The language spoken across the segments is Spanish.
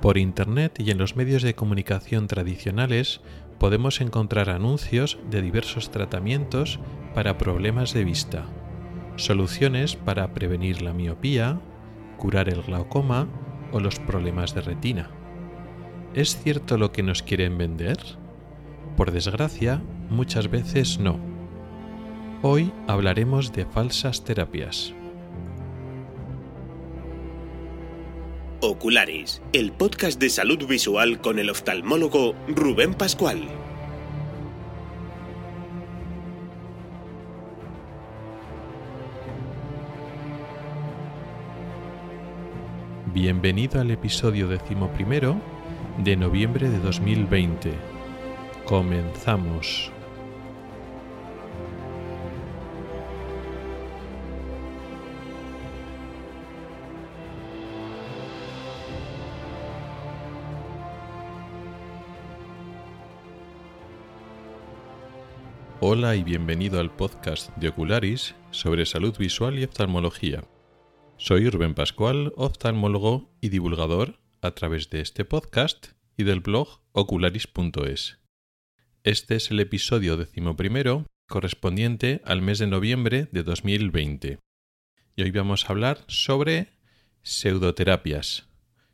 Por Internet y en los medios de comunicación tradicionales podemos encontrar anuncios de diversos tratamientos para problemas de vista, soluciones para prevenir la miopía, curar el glaucoma o los problemas de retina. ¿Es cierto lo que nos quieren vender? Por desgracia, muchas veces no. Hoy hablaremos de falsas terapias. Ocularis, el podcast de salud visual con el oftalmólogo Rubén Pascual. Bienvenido al episodio 11 de noviembre de 2020. Comenzamos. Hola y bienvenido al podcast de Ocularis sobre salud visual y oftalmología. Soy Rubén Pascual, oftalmólogo y divulgador a través de este podcast y del blog ocularis.es. Este es el episodio 11 correspondiente al mes de noviembre de 2020. Y hoy vamos a hablar sobre pseudoterapias,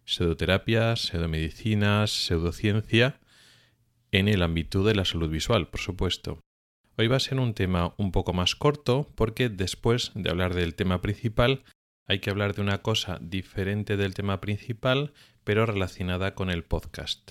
pseudomedicinas, pseudociencia en el ámbito de la salud visual, por supuesto. Hoy va a ser un tema un poco más corto porque después de hablar del tema principal hay que hablar de una cosa diferente del tema principal pero relacionada con el podcast.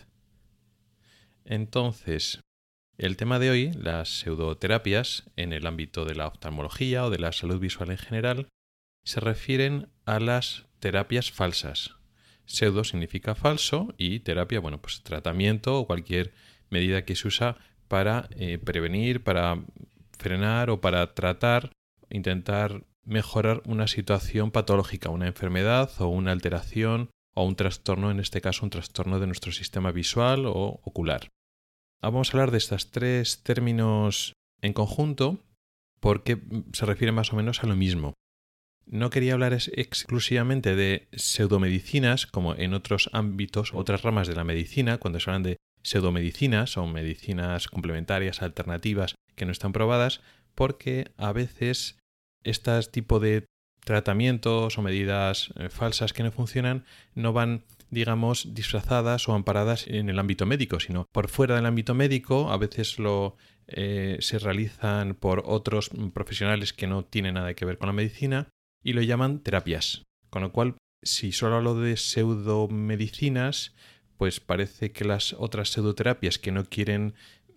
Entonces, el tema de hoy, las pseudoterapias en el ámbito de la oftalmología o de la salud visual en general, se refieren a las terapias falsas. Pseudo significa falso y terapia, pues tratamiento o cualquier medida que se usa para prevenir, para frenar o para tratar, intentar mejorar una situación patológica, una enfermedad o una alteración o un trastorno, en este caso un trastorno de nuestro sistema visual o ocular. Vamos a hablar de estos tres términos en conjunto porque se refieren más o menos a lo mismo. No quería hablar exclusivamente de pseudomedicinas como en otros ámbitos, otras ramas de la medicina, cuando se hablan de pseudomedicinas o medicinas complementarias, alternativas que no están probadas, porque a veces este tipo de tratamientos o medidas falsas que no funcionan no van, disfrazadas o amparadas en el ámbito médico, sino por fuera del ámbito médico. A veces se realizan por otros profesionales que no tienen nada que ver con la medicina y lo llaman terapias. Con lo cual, si solo hablo de pseudomedicinas, pues parece que las otras pseudoterapias que no quieren,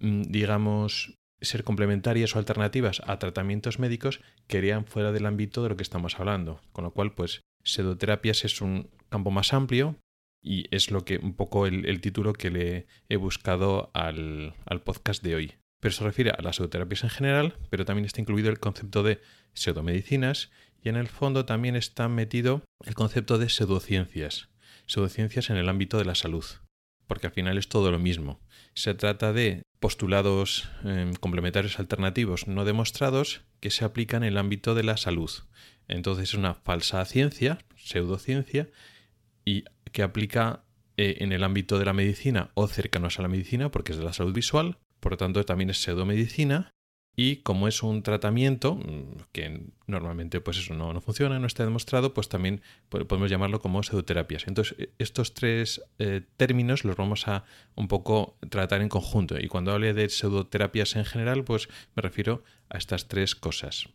ser complementarias o alternativas a tratamientos médicos quedarían fuera del ámbito de lo que estamos hablando. Con lo cual, pues, pseudoterapias es un campo más amplio y es lo que un poco el título que le he buscado al podcast de hoy. Pero se refiere a las pseudoterapias en general, pero también está incluido el concepto de pseudomedicinas y en el fondo también está metido el concepto de pseudociencias en el ámbito de la salud, porque al final es todo lo mismo. Se trata de postulados complementarios alternativos no demostrados que se aplican en el ámbito de la salud. Entonces es una falsa ciencia, pseudociencia, y que aplica en el ámbito de la medicina o cercanos a la medicina, porque es de la salud visual, por lo tanto también es pseudomedicina. Y como es un tratamiento que normalmente pues eso no funciona, no está demostrado, pues también podemos llamarlo como pseudoterapias. Entonces, estos tres términos los vamos a un poco tratar en conjunto. Y cuando hable de pseudoterapias en general, pues me refiero a estas tres cosas.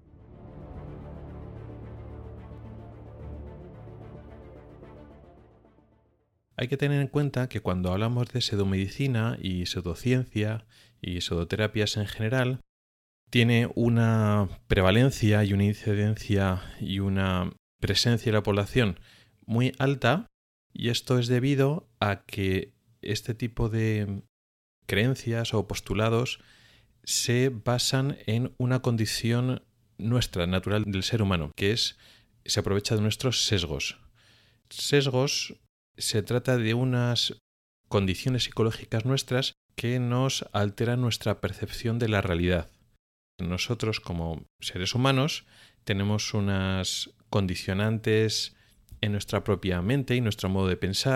Hay que tener en cuenta que cuando hablamos de pseudomedicina y pseudociencia y pseudoterapias en general, tiene una prevalencia y una incidencia y una presencia en la población muy alta, y esto es debido a que este tipo de creencias o postulados se basan en una condición nuestra, natural del ser humano, que se aprovecha de nuestros sesgos. Sesgos se trata de unas condiciones psicológicas nuestras que nos alteran nuestra percepción de la realidad. Nosotros como seres humanos tenemos unas condicionantes en nuestra propia mente y nuestro modo de pensar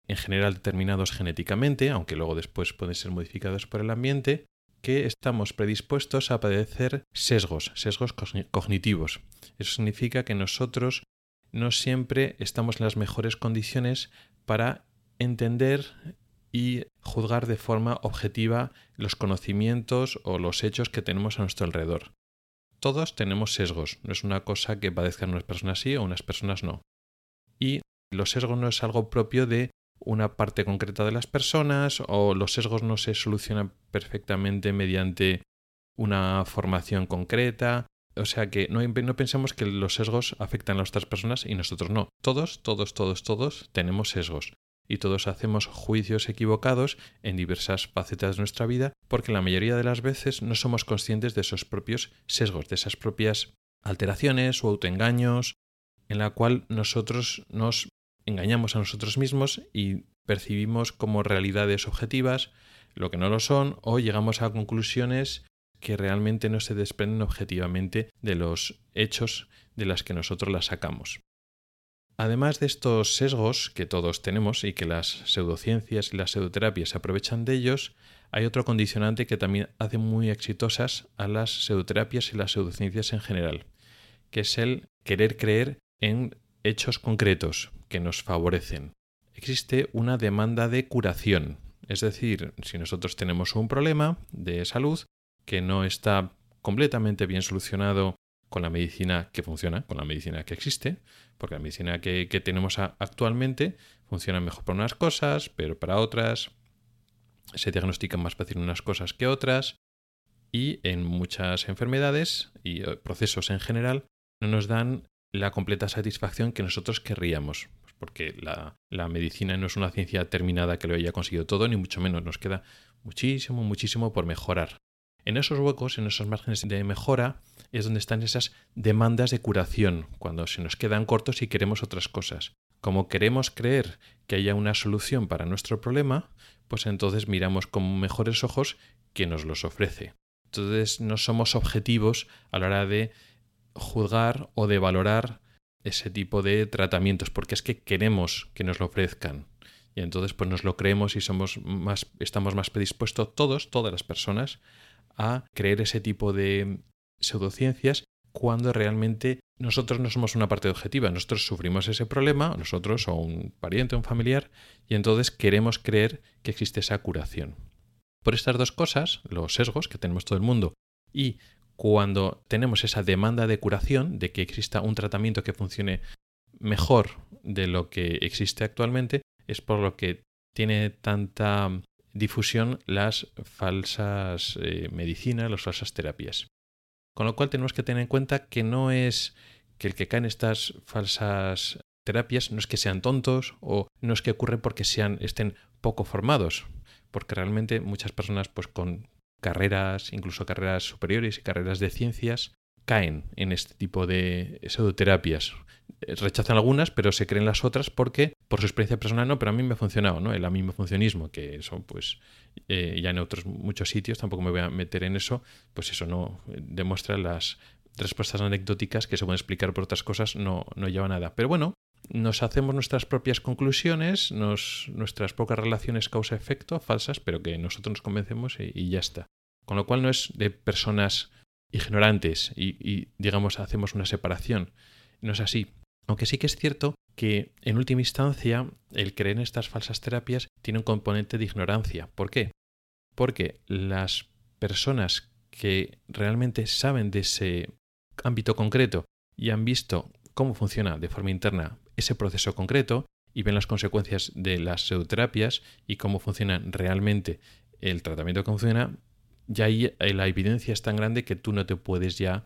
en general determinados genéticamente, aunque luego después pueden ser modificados por el ambiente, que estamos predispuestos a padecer sesgos cognitivos. Eso significa que nosotros no siempre estamos en las mejores condiciones para entender y juzgar de forma objetiva los conocimientos o los hechos que tenemos a nuestro alrededor. Todos tenemos sesgos, no es una cosa que padezcan unas personas sí o unas personas no. Y los sesgos no es algo propio de una parte concreta de las personas, o los sesgos no se solucionan perfectamente mediante una formación concreta. O sea que no pensemos que los sesgos afectan a otras personas y nosotros no. Todos tenemos sesgos y todos hacemos juicios equivocados en diversas facetas de nuestra vida porque la mayoría de las veces no somos conscientes de esos propios sesgos, de esas propias alteraciones o autoengaños en la cual nosotros nos engañamos a nosotros mismos y percibimos como realidades objetivas lo que no lo son o llegamos a conclusiones que realmente no se desprenden objetivamente de los hechos de las que nosotros las sacamos. Además de estos sesgos que todos tenemos y que las pseudociencias y las pseudoterapias se aprovechan de ellos, hay otro condicionante que también hace muy exitosas a las pseudoterapias y las pseudociencias en general, que es el querer creer en hechos concretos que nos favorecen. Existe una demanda de curación, es decir, si nosotros tenemos un problema de salud que no está completamente bien solucionado con la medicina que funciona, con la medicina que existe, porque la medicina que tenemos actualmente funciona mejor para unas cosas, pero para otras se diagnostican más fácil unas cosas que otras, y en muchas enfermedades y procesos en general no nos dan la completa satisfacción que nosotros querríamos, porque la medicina no es una ciencia terminada que lo haya conseguido todo, ni mucho menos, nos queda muchísimo por mejorar. En esos huecos, en esos márgenes de mejora, es donde están esas demandas de curación, cuando se nos quedan cortos y queremos otras cosas. Como queremos creer que haya una solución para nuestro problema, pues entonces miramos con mejores ojos quien nos los ofrece. Entonces no somos objetivos a la hora de juzgar o de valorar ese tipo de tratamientos, porque es que queremos que nos lo ofrezcan. Y entonces pues nos lo creemos y estamos más predispuestos todas las personas, a creer ese tipo de pseudociencias cuando realmente nosotros no somos una parte objetiva. Nosotros sufrimos ese problema, nosotros o un pariente o un familiar, y entonces queremos creer que existe esa curación. Por estas dos cosas, los sesgos que tenemos todo el mundo y cuando tenemos esa demanda de curación, de que exista un tratamiento que funcione mejor de lo que existe actualmente, es por lo que tiene tanta difusión las falsas medicinas, las falsas terapias. Con lo cual tenemos que tener en cuenta que no es que el que cae en estas falsas terapias no es que sean tontos o no es que ocurre porque estén poco formados, porque realmente muchas personas pues con carreras, incluso carreras superiores y carreras de ciencias, caen en este tipo de pseudoterapias. Rechazan algunas, pero se creen las otras porque por su experiencia personal no, pero a mí me ha funcionado, ¿no? El a mí me funcionismo, que eso pues ya en otros muchos sitios, tampoco me voy a meter en eso, pues eso no demuestra las respuestas anecdóticas que se pueden explicar por otras cosas, no lleva nada. Pero bueno, nos hacemos nuestras propias conclusiones, nuestras pocas relaciones causa-efecto falsas, pero que nosotros nos convencemos y ya está. Con lo cual no es de personas ignorantes y digamos hacemos una separación. No es así. Aunque sí que es cierto que en última instancia el creer en estas falsas terapias tiene un componente de ignorancia. ¿Por qué? Porque las personas que realmente saben de ese ámbito concreto y han visto cómo funciona de forma interna ese proceso concreto y ven las consecuencias de las pseudoterapias y cómo funciona realmente el tratamiento que funciona, ya ahí la evidencia es tan grande que tú no te puedes ya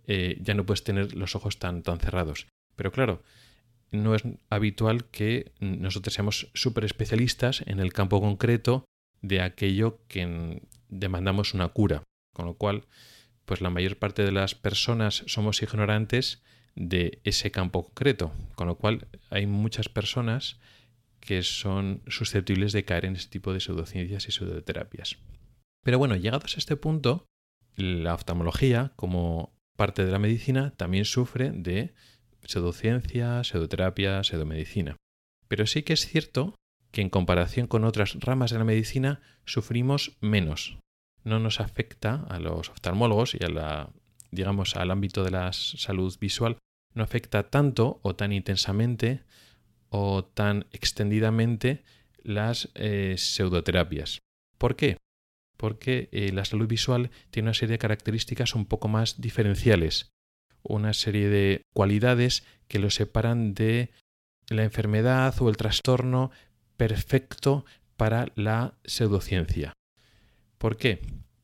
no puedes tener los ojos tan cerrados. Pero claro, no es habitual que nosotros seamos súper especialistas en el campo concreto de aquello que demandamos una cura. Con lo cual, pues la mayor parte de las personas somos ignorantes de ese campo concreto. Con lo cual, hay muchas personas que son susceptibles de caer en este tipo de pseudociencias y pseudoterapias. Pero bueno, llegados a este punto, la oftalmología, como parte de la medicina, también sufre de pseudociencia, pseudoterapia, pseudomedicina. Pero sí que es cierto que en comparación con otras ramas de la medicina sufrimos menos. No nos afecta a los oftalmólogos y digamos, al ámbito de la salud visual, no afecta tanto o tan intensamente o tan extendidamente las pseudoterapias. ¿Por qué? Porque la salud visual tiene una serie de características un poco más diferenciales, una serie de cualidades que lo separan de la enfermedad o el trastorno perfecto para la pseudociencia. ¿Por qué?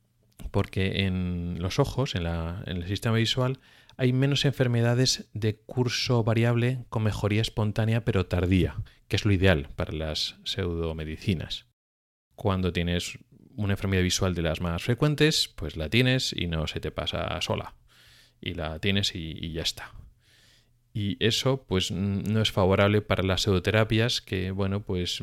Porque en los ojos, en el sistema visual, hay menos enfermedades de curso variable con mejoría espontánea pero tardía, que es lo ideal para las pseudomedicinas. Cuando tienes una enfermedad visual de las más frecuentes, pues la tienes y no se te pasa sola. Y la tienes y ya está. Y eso pues no es favorable para las pseudoterapias que, bueno, pues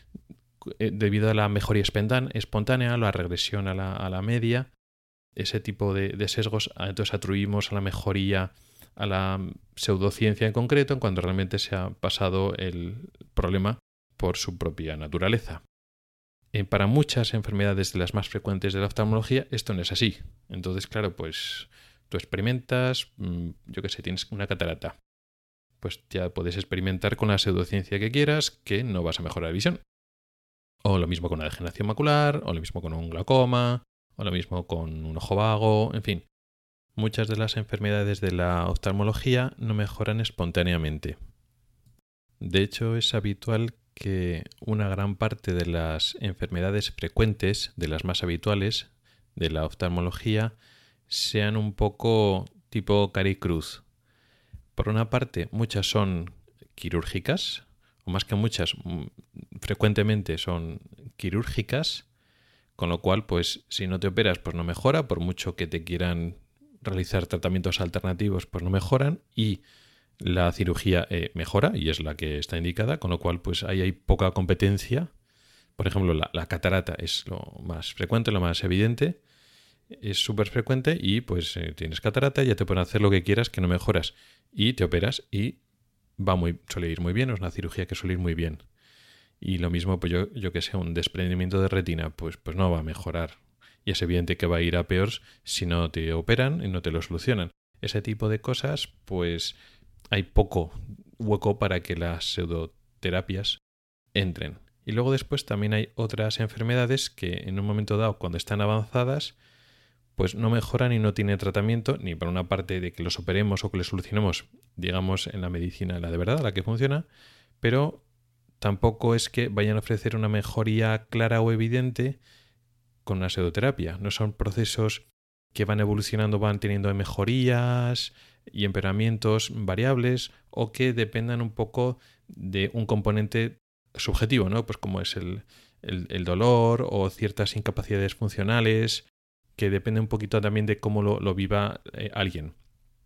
debido a la mejoría espontánea, la regresión a la media, ese tipo de sesgos, entonces atribuimos a la mejoría a la pseudociencia en concreto, cuando realmente se ha pasado el problema por su propia naturaleza. Para muchas enfermedades de las más frecuentes de la oftalmología esto no es así. Entonces, claro, pues tú experimentas, tienes una catarata. Pues ya puedes experimentar con la pseudociencia que quieras, que no vas a mejorar la visión. O lo mismo con una degeneración macular, o lo mismo con un glaucoma, o lo mismo con un ojo vago, en fin. Muchas de las enfermedades de la oftalmología no mejoran espontáneamente. De hecho, es habitual que una gran parte de las enfermedades frecuentes, de las más habituales de la oftalmología, sean un poco tipo Cari-Cruz. Por una parte, muchas son quirúrgicas, o más que muchas, frecuentemente son quirúrgicas, con lo cual, pues si no te operas, pues no mejora, por mucho que te quieran realizar tratamientos alternativos, pues no mejoran, y la cirugía mejora y es la que está indicada, con lo cual pues ahí hay poca competencia. Por ejemplo, la catarata es lo más frecuente, lo más evidente, es súper frecuente y pues tienes catarata, ya te pueden hacer lo que quieras que no mejoras y te operas y suele ir muy bien, es una cirugía que suele ir muy bien. Y lo mismo, pues yo que sé, un desprendimiento de retina, pues no va a mejorar. Y es evidente que va a ir a peor si no te operan y no te lo solucionan. Ese tipo de cosas, pues hay poco hueco para que las pseudoterapias entren. Y luego después también hay otras enfermedades que en un momento dado, cuando están avanzadas, pues no mejoran y no tienen tratamiento, ni por una parte de que los operemos o que les solucionemos, digamos, en la medicina, la de verdad, la que funciona, pero tampoco es que vayan a ofrecer una mejoría clara o evidente con una pseudoterapia. No son procesos que van evolucionando, van teniendo mejorías y empeoramientos variables o que dependan un poco de un componente subjetivo, ¿no? Pues como es el dolor o ciertas incapacidades funcionales, que depende un poquito también de cómo lo viva alguien.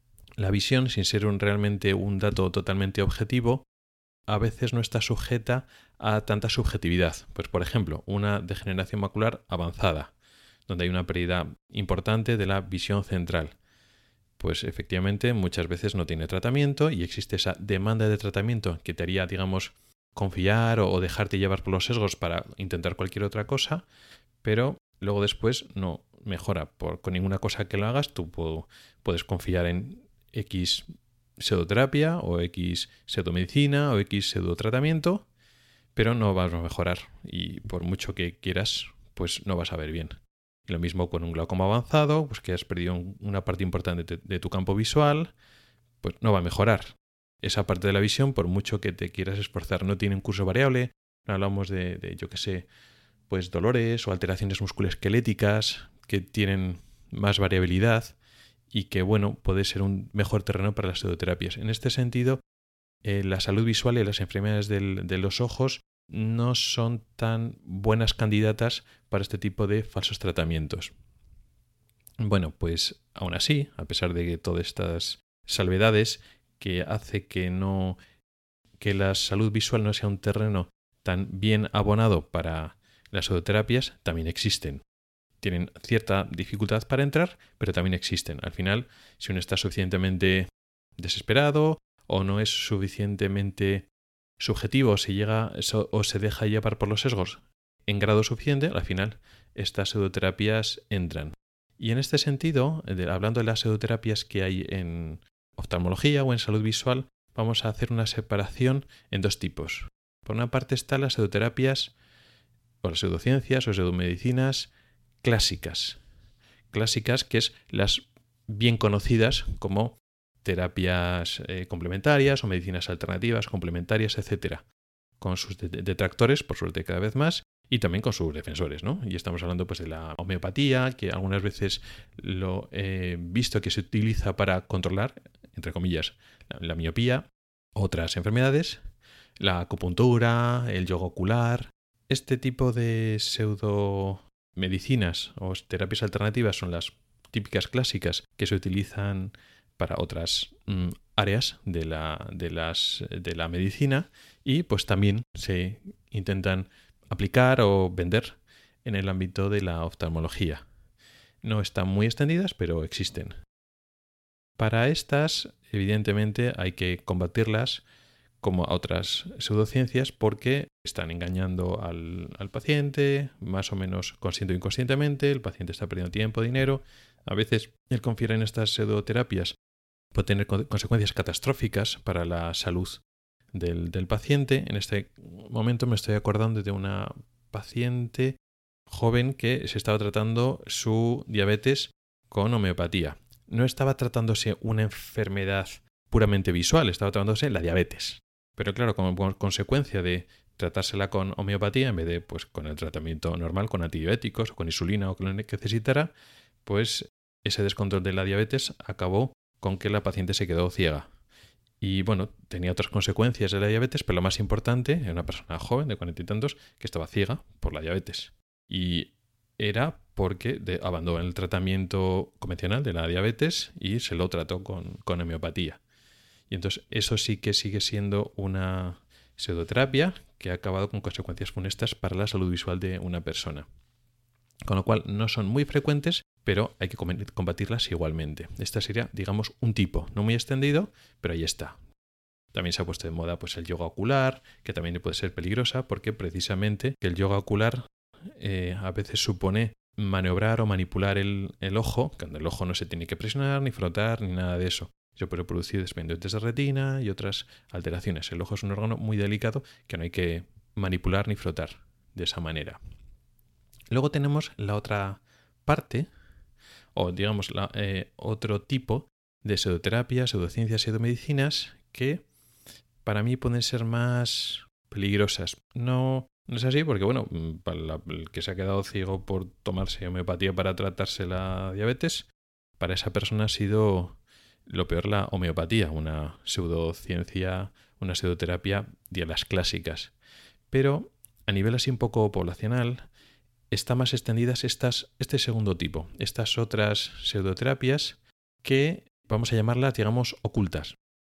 La visión, sin ser realmente un dato totalmente objetivo, a veces no está sujeta a tanta subjetividad. Pues por ejemplo, una degeneración macular avanzada, donde hay una pérdida importante de la visión central. Pues efectivamente muchas veces no tiene tratamiento y existe esa demanda de tratamiento que te haría, digamos, confiar o dejarte llevar por los sesgos para intentar cualquier otra cosa, pero luego después no mejora con ninguna cosa que lo hagas. Tú puedes confiar en X pseudoterapia o X pseudomedicina o X pseudotratamiento, pero no vas a mejorar y por mucho que quieras, pues no vas a ver bien. Y lo mismo con un glaucoma avanzado, pues que has perdido una parte importante de tu campo visual, pues no va a mejorar. Esa parte de la visión, por mucho que te quieras esforzar, no tiene un curso variable. No hablamos de yo qué sé, pues dolores o alteraciones musculoesqueléticas que tienen más variabilidad y que, bueno, puede ser un mejor terreno para las pseudoterapias. En este sentido, la salud visual y las enfermedades de los ojos no son tan buenas candidatas para este tipo de falsos tratamientos. Bueno, pues aún así, a pesar de todas estas salvedades que hace que la salud visual no sea un terreno tan bien abonado para las pseudoterapias, también existen. Tienen cierta dificultad para entrar, pero también existen. Al final, si uno está suficientemente desesperado o no es suficientemente subjetivo o se deja llevar por los sesgos en grado suficiente, al final estas pseudoterapias entran. Y en este sentido, hablando de las pseudoterapias que hay en oftalmología o en salud visual, vamos a hacer una separación en dos tipos. Por una parte están las pseudoterapias o las pseudociencias o pseudomedicinas clásicas. Clásicas, que es las bien conocidas como terapias complementarias o medicinas alternativas, complementarias, etc. Con sus detractores, por suerte cada vez más, y también con sus defensores, ¿no? Y estamos hablando pues de la homeopatía, que algunas veces lo he visto que se utiliza para controlar, entre comillas, la miopía, otras enfermedades, la acupuntura, el yoga ocular. Este tipo de pseudomedicinas o terapias alternativas son las típicas clásicas que se utilizan para otras áreas de la medicina y pues también se intentan aplicar o vender en el ámbito de la oftalmología. No están muy extendidas, pero existen. Para estas, evidentemente, hay que combatirlas como a otras pseudociencias porque están engañando al paciente, más o menos consciente o inconscientemente, el paciente está perdiendo tiempo, dinero. A veces el confiar en estas pseudoterapias puede tener consecuencias catastróficas para la salud del paciente. En este momento me estoy acordando de una paciente joven que se estaba tratando su diabetes con homeopatía. No estaba tratándose una enfermedad puramente visual, estaba tratándose la diabetes. Pero claro, como consecuencia de tratársela con homeopatía en vez de pues, con el tratamiento normal, con antibióticos o con insulina o con lo que necesitara, pues ese descontrol de la diabetes acabó con que la paciente se quedó ciega. Y bueno, tenía otras consecuencias de la diabetes, pero lo más importante, era una persona joven de 40 y tantos que estaba ciega por la diabetes. Y era porque abandonó el tratamiento convencional de la diabetes y se lo trató con homeopatía. Y entonces eso sí que sigue siendo una pseudoterapia que ha acabado con consecuencias funestas para la salud visual de una persona. Con lo cual no son muy frecuentes, pero hay que combatirlas igualmente. Esta sería, digamos, un tipo, no muy extendido, pero ahí está. También se ha puesto de moda pues, el yoga ocular, que también puede ser peligrosa porque precisamente el yoga ocular a veces supone maniobrar o manipular el ojo, cuando el ojo no se tiene que presionar, ni frotar, ni nada de eso. Eso puede producir desprendimientos de retina y otras alteraciones. El ojo es un órgano muy delicado que no hay que manipular ni frotar de esa manera. Luego tenemos la otra parte, o digamos otro tipo de pseudoterapias, pseudociencias, pseudomedicinas que para mí pueden ser más peligrosas. No es así porque, bueno, para el que se ha quedado ciego por tomarse homeopatía para tratarse la diabetes, para esa persona ha sido lo peor la homeopatía, una pseudociencia, una pseudoterapia de las clásicas. Pero a nivel así un poco poblacional, está más extendidas este segundo tipo, estas otras pseudoterapias que vamos a llamarlas, digamos, ocultas.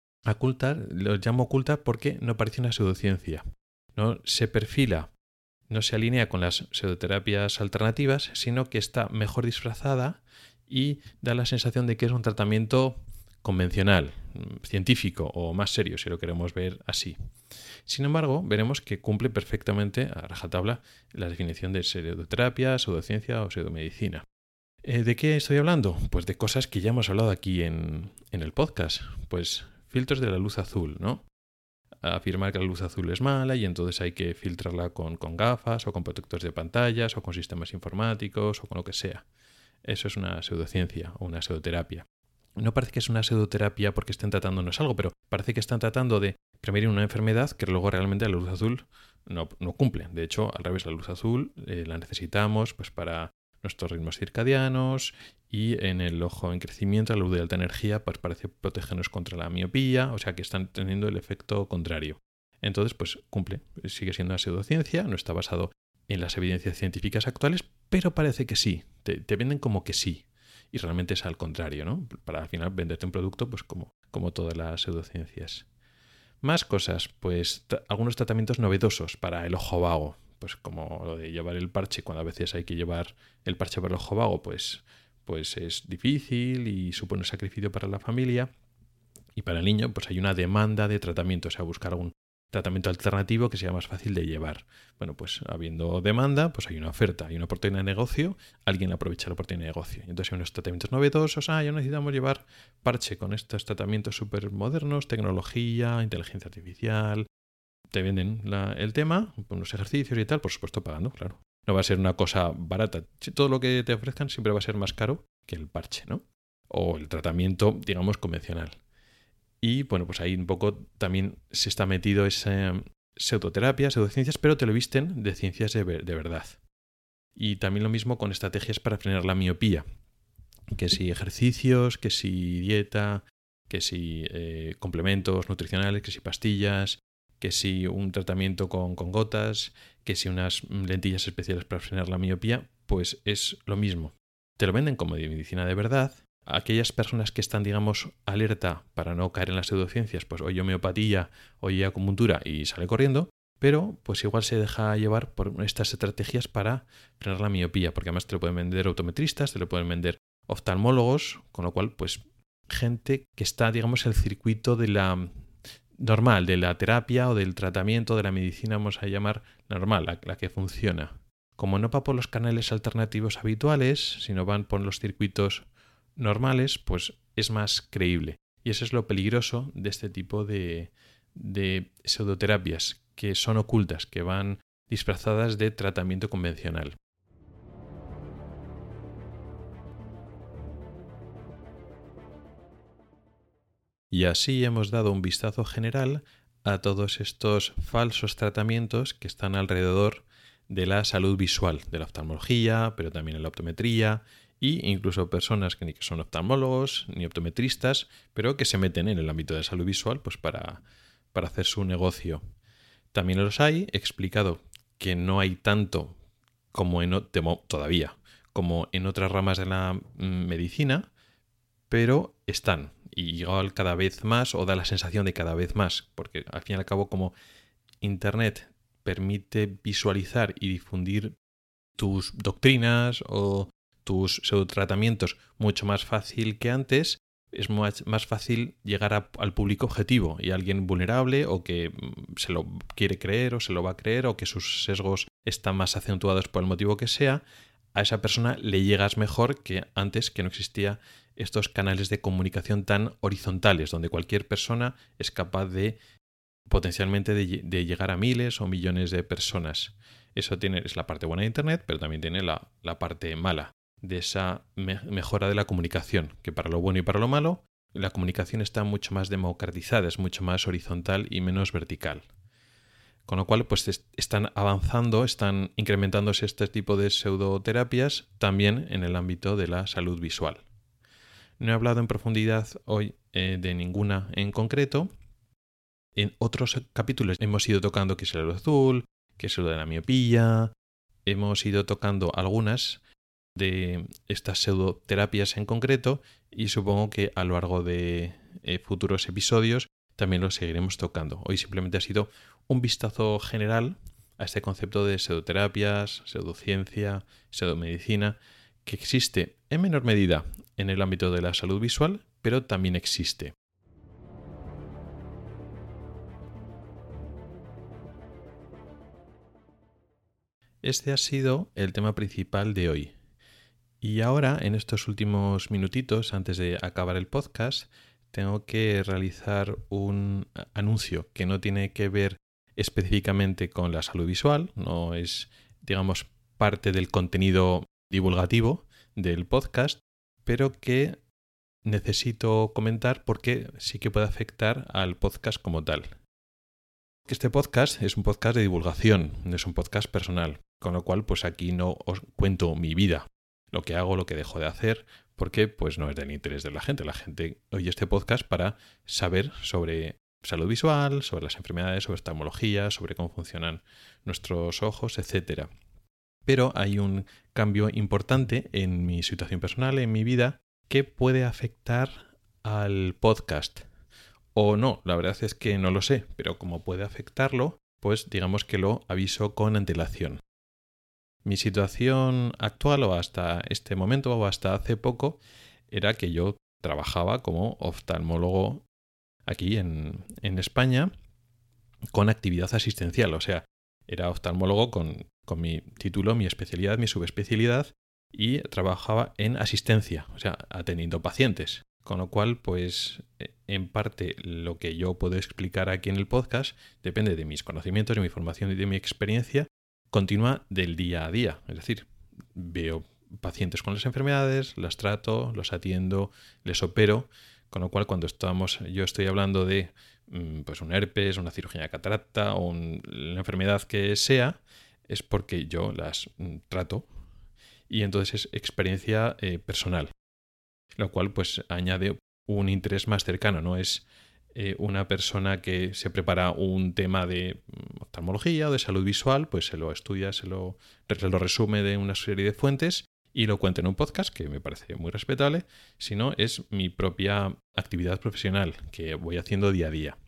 Los llamo ocultas porque no parece una pseudociencia. No se perfila, no se alinea con las pseudoterapias alternativas, sino que está mejor disfrazada y da la sensación de que es un tratamiento convencional, científico o más serio, si lo queremos ver así. Sin embargo, veremos que cumple perfectamente a rajatabla la definición de pseudoterapia, pseudociencia o pseudomedicina. ¿De qué estoy hablando? Pues de cosas que ya hemos hablado aquí en el podcast. Pues filtros de la luz azul, ¿no? Afirmar que la luz azul es mala y entonces hay que filtrarla con gafas o con protectores de pantallas o con sistemas informáticos o con lo que sea. Eso es una pseudociencia o una pseudoterapia. No parece que es una pseudoterapia porque estén tratándonos algo, pero parece que están tratando de prevenir una enfermedad que luego realmente la luz azul no cumple. De hecho, al revés, la luz azul la necesitamos pues para nuestros ritmos circadianos y en el ojo en crecimiento, la luz de alta energía pues parece protegernos contra la miopía, o sea que están teniendo el efecto contrario. Entonces, pues cumple, sigue siendo una pseudociencia, no está basado en las evidencias científicas actuales, pero parece que sí, te venden como que sí. Y realmente es al contrario, ¿no? Para al final venderte un producto pues como todas las pseudociencias. Más cosas, pues algunos tratamientos novedosos para el ojo vago, pues como lo de llevar el parche, cuando a veces hay que llevar el parche para el ojo vago, pues es difícil y supone un sacrificio para la familia. Y para el niño pues hay una demanda de tratamiento, o sea, buscar tratamiento alternativo que sea más fácil de llevar. Bueno, pues habiendo demanda, pues hay una oferta, hay una oportunidad de negocio, alguien aprovecha la oportunidad de negocio. Entonces hay unos tratamientos novedosos, ya necesitamos llevar parche con estos tratamientos súper modernos, tecnología, inteligencia artificial. Te venden el tema, unos ejercicios y tal, por supuesto pagando, claro. No va a ser una cosa barata. Todo lo que te ofrezcan siempre va a ser más caro que el parche, ¿no? O el tratamiento, digamos, convencional. Y bueno, pues ahí un poco también se está metido esa pseudoterapia, pseudociencias, pero te lo visten de ciencias de verdad. Y también lo mismo con estrategias para frenar la miopía. Que si ejercicios, que si dieta, que si complementos nutricionales, que si pastillas, que si un tratamiento con gotas, que si unas lentillas especiales para frenar la miopía, pues es lo mismo. Te lo venden como de medicina de verdad. Aquellas personas que están, digamos, alerta para no caer en las pseudociencias, pues oye homeopatía, oye acupuntura y sale corriendo, pero pues igual se deja llevar por estas estrategias para frenar la miopía, porque además te lo pueden vender optometristas, te lo pueden vender oftalmólogos, con lo cual, pues gente que está, digamos, en el circuito de la normal, de la terapia o del tratamiento, de la medicina, vamos a llamar normal, la que funciona. Como no va por los canales alternativos habituales, sino van por los circuitos normales, pues es más creíble. Y eso es lo peligroso de este tipo de pseudoterapias, que son ocultas, que van disfrazadas de tratamiento convencional. Y así hemos dado un vistazo general a todos estos falsos tratamientos que están alrededor de la salud visual, de la oftalmología, pero también en la optometría, e incluso personas que ni que son oftalmólogos ni optometristas, pero que se meten en el ámbito de salud visual pues para hacer su negocio. También los hay, he explicado que no hay tanto como todavía como en otras ramas de la medicina, pero están, y igual cada vez más, o da la sensación de cada vez más, porque al fin y al cabo, como Internet permite visualizar y difundir tus doctrinas o tus pseudotratamientos mucho más fácil que antes, es más fácil llegar al público objetivo, y a alguien vulnerable o que se lo quiere creer o se lo va a creer o que sus sesgos están más acentuados por el motivo que sea, a esa persona le llegas mejor que antes, que no existía estos canales de comunicación tan horizontales, donde cualquier persona es capaz de potencialmente de llegar a miles o millones de personas. Eso es la parte buena de Internet, pero también tiene la parte mala de esa mejora de la comunicación, que para lo bueno y para lo malo, la comunicación está mucho más democratizada, es mucho más horizontal y menos vertical. Con lo cual, pues están avanzando, están incrementándose este tipo de pseudoterapias también en el ámbito de la salud visual. No he hablado en profundidad hoy de ninguna en concreto. En otros capítulos hemos ido tocando qué es el azul, qué es lo de la miopía. Hemos ido tocando algunas de estas pseudoterapias en concreto y supongo que a lo largo de futuros episodios también los seguiremos tocando. Hoy simplemente ha sido un vistazo general a este concepto de pseudoterapias, pseudociencia, pseudomedicina, que existe en menor medida en el ámbito de la salud visual, pero también existe. Este ha sido el tema principal de hoy. Y ahora, en estos últimos minutitos, antes de acabar el podcast, tengo que realizar un anuncio que no tiene que ver específicamente con la salud visual, no es, digamos, parte del contenido divulgativo del podcast, pero que necesito comentar porque sí que puede afectar al podcast como tal. Este podcast es un podcast de divulgación, no es un podcast personal, con lo cual pues aquí no os cuento mi vida, lo que hago, lo que dejo de hacer, porque pues no es del interés de la gente. La gente oye este podcast para saber sobre salud visual, sobre las enfermedades, sobre oftalmología, sobre cómo funcionan nuestros ojos, etc. Pero hay un cambio importante en mi situación personal, en mi vida, que puede afectar al podcast. O no, la verdad es que no lo sé, pero como puede afectarlo, pues digamos que lo aviso con antelación. Mi situación actual, o hasta este momento, o hasta hace poco, era que yo trabajaba como oftalmólogo aquí en España, con actividad asistencial. O sea, era oftalmólogo con mi título, mi especialidad, mi subespecialidad, y trabajaba en asistencia, o sea, atendiendo pacientes. Con lo cual, pues, en parte lo que yo puedo explicar aquí en el podcast depende de mis conocimientos, de mi formación y de mi experiencia continua del día a día. Es decir, veo pacientes con las enfermedades, las trato, los atiendo, les opero. Con lo cual, cuando yo estoy hablando de pues un herpes, una cirugía de catarata o la enfermedad que sea, es porque yo las trato y entonces es experiencia personal. Lo cual pues añade un interés más cercano, no es una persona que se prepara un tema de oftalmología o de salud visual, pues se lo estudia, se lo resume de una serie de fuentes y lo cuenta en un podcast, que me parece muy respetable, sino es mi propia actividad profesional que voy haciendo día a día.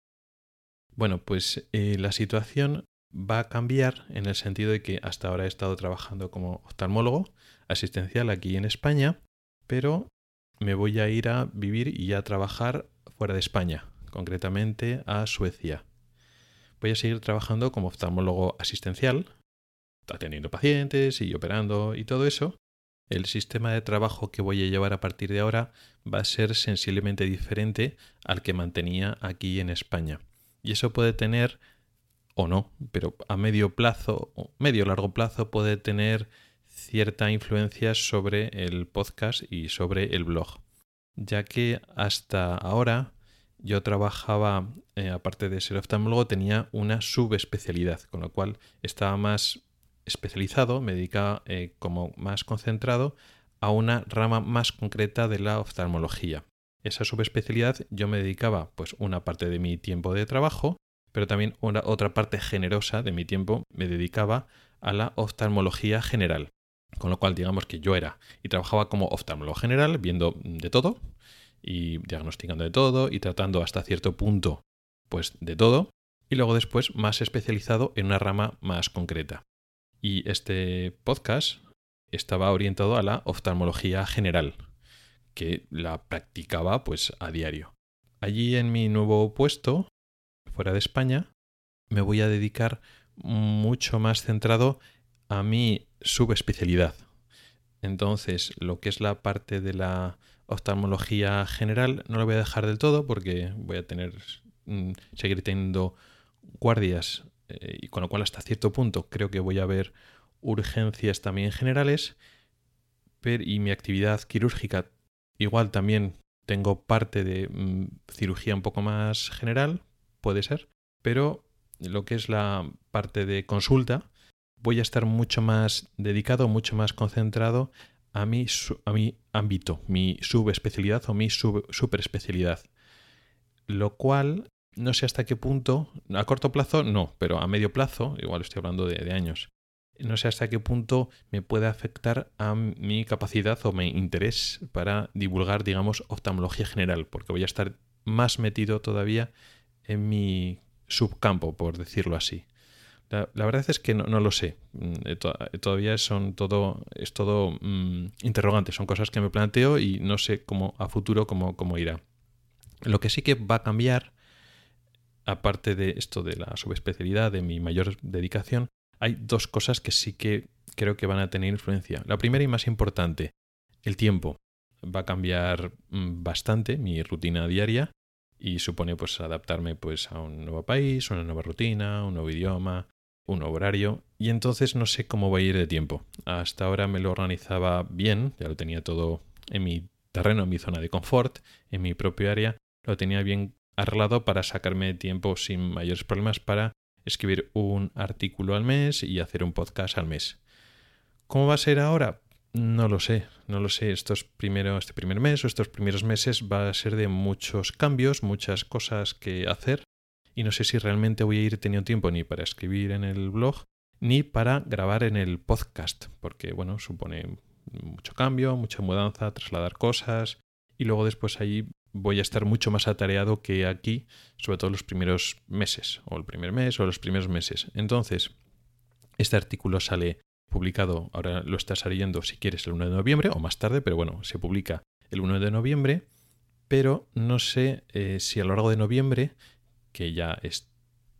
Bueno, pues la situación va a cambiar en el sentido de que hasta ahora he estado trabajando como oftalmólogo asistencial aquí en España, pero me voy a ir a vivir y a trabajar fuera de España, concretamente a Suecia. Voy a seguir trabajando como oftalmólogo asistencial, atendiendo pacientes y operando y todo eso. El sistema de trabajo que voy a llevar a partir de ahora va a ser sensiblemente diferente al que mantenía aquí en España. Y eso puede tener, o no, pero a medio plazo o medio largo plazo puede tener cierta influencia sobre el podcast y sobre el blog, ya que hasta ahora yo trabajaba, aparte de ser oftalmólogo, tenía una subespecialidad, con lo cual estaba más especializado, me dedicaba como más concentrado a una rama más concreta de la oftalmología. Esa subespecialidad yo me dedicaba pues una parte de mi tiempo de trabajo, pero también otra parte generosa de mi tiempo me dedicaba a la oftalmología general. Con lo cual, digamos que yo era y trabajaba como oftalmólogo general, viendo de todo y diagnosticando de todo y tratando hasta cierto punto pues de todo, y luego después más especializado en una rama más concreta. Y este podcast estaba orientado a la oftalmología general, que la practicaba pues a diario. Allí en mi nuevo puesto, fuera de España, me voy a dedicar mucho más centrado a mi subespecialidad. Entonces, lo que es la parte de la oftalmología general no lo voy a dejar del todo porque voy a seguir teniendo guardias y con lo cual hasta cierto punto creo que voy a ver urgencias también generales, y mi actividad quirúrgica igual también tengo parte de cirugía un poco más general, puede ser, pero lo que es la parte de consulta voy a estar mucho más dedicado, mucho más concentrado a mi ámbito, mi subespecialidad o mi superespecialidad. Lo cual no sé hasta qué punto, a corto plazo no, pero a medio plazo, igual estoy hablando de años, no sé hasta qué punto me puede afectar a mi capacidad o mi interés para divulgar, digamos, oftalmología general, porque voy a estar más metido todavía en mi subcampo, por decirlo así. La verdad es que no lo sé. Todavía es todo interrogante. Son cosas que me planteo y no sé a futuro cómo irá. Lo que sí que va a cambiar, aparte de esto de la subespecialidad, de mi mayor dedicación, hay dos cosas que sí que creo que van a tener influencia. La primera y más importante, el tiempo. Va a cambiar bastante mi rutina diaria y supone pues adaptarme pues a un nuevo país, una nueva rutina, un nuevo idioma, un nuevo horario, y entonces no sé cómo va a ir de tiempo. Hasta ahora me lo organizaba bien, ya lo tenía todo en mi terreno, en mi zona de confort, en mi propio área, lo tenía bien arreglado para sacarme tiempo sin mayores problemas para escribir un artículo al mes y hacer un podcast al mes. ¿Cómo va a ser ahora? No lo sé. Este primer mes o estos primeros meses va a ser de muchos cambios, muchas cosas que hacer, y no sé si realmente voy a ir teniendo tiempo ni para escribir en el blog ni para grabar en el podcast, porque bueno, supone mucho cambio, mucha mudanza, trasladar cosas, y luego después ahí voy a estar mucho más atareado que aquí, sobre todo los primeros meses, o el primer mes o los primeros meses. Entonces, este artículo sale publicado, ahora lo estás leyendo si quieres el 1 de noviembre o más tarde, pero bueno, se publica el 1 de noviembre, pero no sé si a lo largo de noviembre, que ya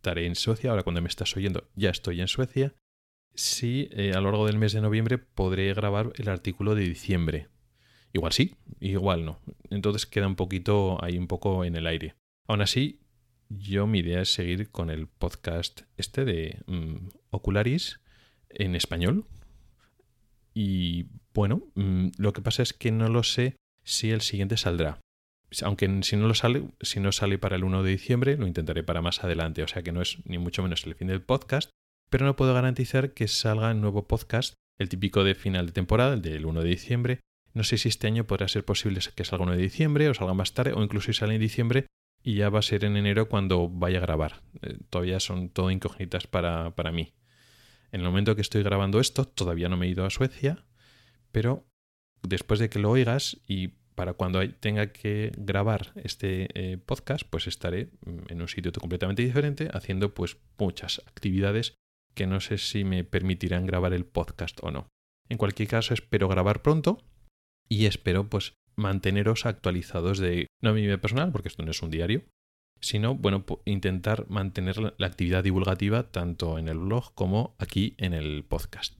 estaré en Suecia. Ahora cuando me estás oyendo ya estoy en Suecia. Si a lo largo del mes de noviembre podré grabar el artículo de diciembre. Igual sí, igual no. Entonces queda un poquito ahí, un poco en el aire. Aún así, mi idea es seguir con el podcast de Ocularis en español. Y bueno, lo que pasa es que no lo sé si el siguiente saldrá. Aunque si no sale para el 1 de diciembre, lo intentaré para más adelante. O sea que no es ni mucho menos el fin del podcast, pero no puedo garantizar que salga el nuevo podcast, el típico de final de temporada, el del 1 de diciembre. No sé si este año podrá ser posible que salga el 1 de diciembre o salga más tarde, o incluso si sale en diciembre y ya va a ser en enero cuando vaya a grabar. Todavía son todo incógnitas para mí. En el momento que estoy grabando esto, todavía no me he ido a Suecia, pero después de que lo oigas y para cuando tenga que grabar este podcast, pues estaré en un sitio completamente diferente haciendo pues muchas actividades que no sé si me permitirán grabar el podcast o no. En cualquier caso, espero grabar pronto y espero pues manteneros actualizados no a mi vida personal, porque esto no es un diario, sino bueno, intentar mantener la actividad divulgativa tanto en el blog como aquí en el podcast.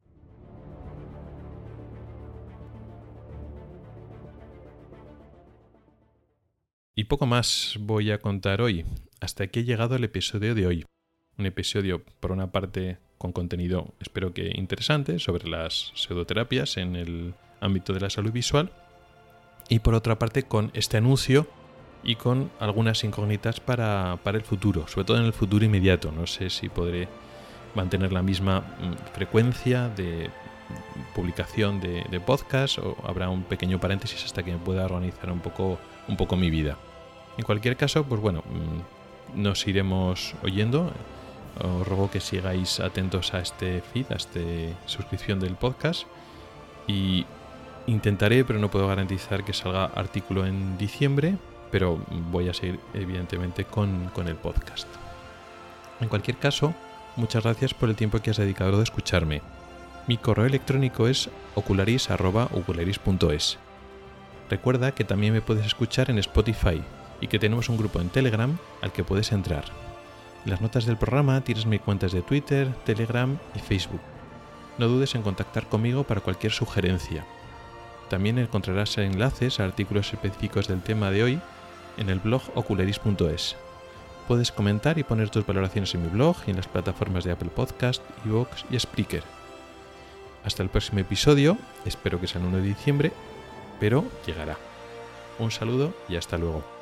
Y poco más voy a contar hoy. Hasta aquí he llegado el episodio de hoy. Un episodio, por una parte, con contenido espero que interesante sobre las pseudoterapias en el ámbito de la salud visual. Y por otra parte, con este anuncio y con algunas incógnitas para el futuro, sobre todo en el futuro inmediato. No sé si podré mantener la misma frecuencia de publicación de podcast o habrá un pequeño paréntesis hasta que me pueda organizar un poco mi vida. En cualquier caso, pues bueno, nos iremos oyendo. Os ruego que sigáis atentos a este feed, a esta suscripción del podcast, y intentaré, pero no puedo garantizar que salga artículo en diciembre, pero voy a seguir evidentemente con el podcast. En cualquier caso, muchas gracias por el tiempo que has dedicado a escucharme. Mi correo electrónico es ocularis@ocularis.es. Recuerda que también me puedes escuchar en Spotify y que tenemos un grupo en Telegram al que puedes entrar. En las notas del programa tienes mis cuentas de Twitter, Telegram y Facebook. No dudes en contactar conmigo para cualquier sugerencia. También encontrarás enlaces a artículos específicos del tema de hoy en el blog ocularis.es. Puedes comentar y poner tus valoraciones en mi blog y en las plataformas de Apple Podcast, iVoox y Spreaker. Hasta el próximo episodio, espero que sea el 1 de diciembre, pero llegará. Un saludo y hasta luego.